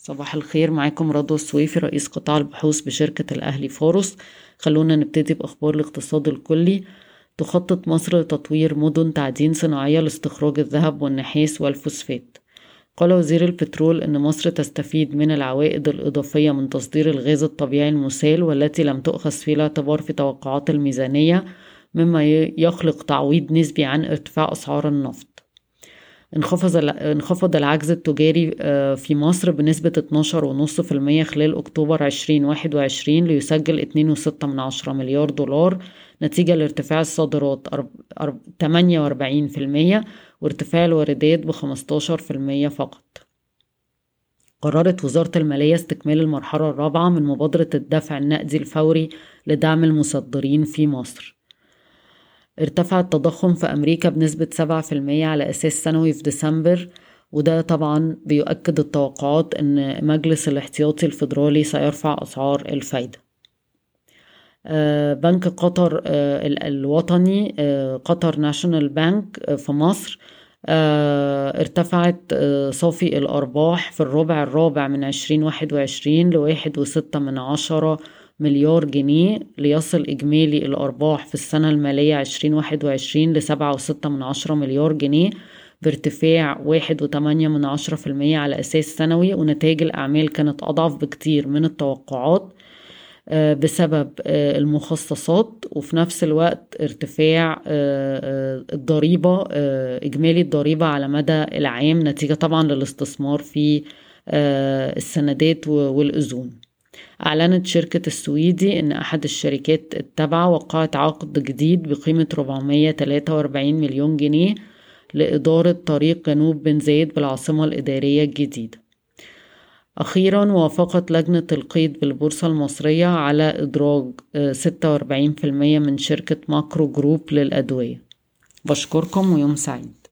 صباح الخير، معاكم رضوى السويفي رئيس قطاع البحوث بشركة الأهلي فورس. خلونا نبتدي بأخبار الاقتصاد الكلي. تخطط مصر لتطوير مدن تعدين صناعية لاستخراج الذهب والنحاس والفوسفات. قال وزير البترول إن مصر تستفيد من العوائد الإضافية من تصدير الغاز الطبيعي المسال والتي لم تؤخذ في الاعتبار في توقعات الميزانية، مما يخلق تعويض نسبي عن ارتفاع أسعار النفط. انخفض العجز التجاري في مصر بنسبة 12.5% خلال أكتوبر 2021 ليسجل 2.6 مليار دولار، نتيجة لارتفاع الصادرات 48% وارتفاع الواردات ب15% فقط. قررت وزارة المالية استكمال المرحلة الرابعة من مبادرة الدفع النقدي الفوري لدعم المصدرين في مصر. ارتفع التضخم في أمريكا بنسبة 7% على أساس سنوي في ديسمبر، وده طبعا بيؤكد التوقعات أن مجلس الاحتياطي الفيدرالي سيرفع أسعار الفايدة. بنك قطر الوطني، قطر ناشونال بانك في مصر، ارتفعت صافي الأرباح في الربع الرابع من 2021 ل1.6 مليار جنيه، ليصل إجمالي الأرباح في السنة المالية 2021 ل7.6 مليار جنيه، بارتفاع 1.8% على أساس سنوي. ونتائج الأعمال كانت أضعف بكتير من التوقعات بسبب المخصصات، وفي نفس الوقت ارتفاع الضريبة، إجمالي الضريبة على مدى العام، نتيجة طبعا للاستثمار في السندات والأذون. أعلنت شركة السويدي أن أحد الشركات التابعة وقعت عقد جديد بقيمة 443 مليون جنيه لإدارة طريق جنوب بن زايد بالعاصمة الإدارية الجديدة. أخيرا وافقت لجنة القيد بالبورصة المصرية على إدراج 46% من شركة ماكرو جروب للأدوية. بشكركم ويوم سعيد.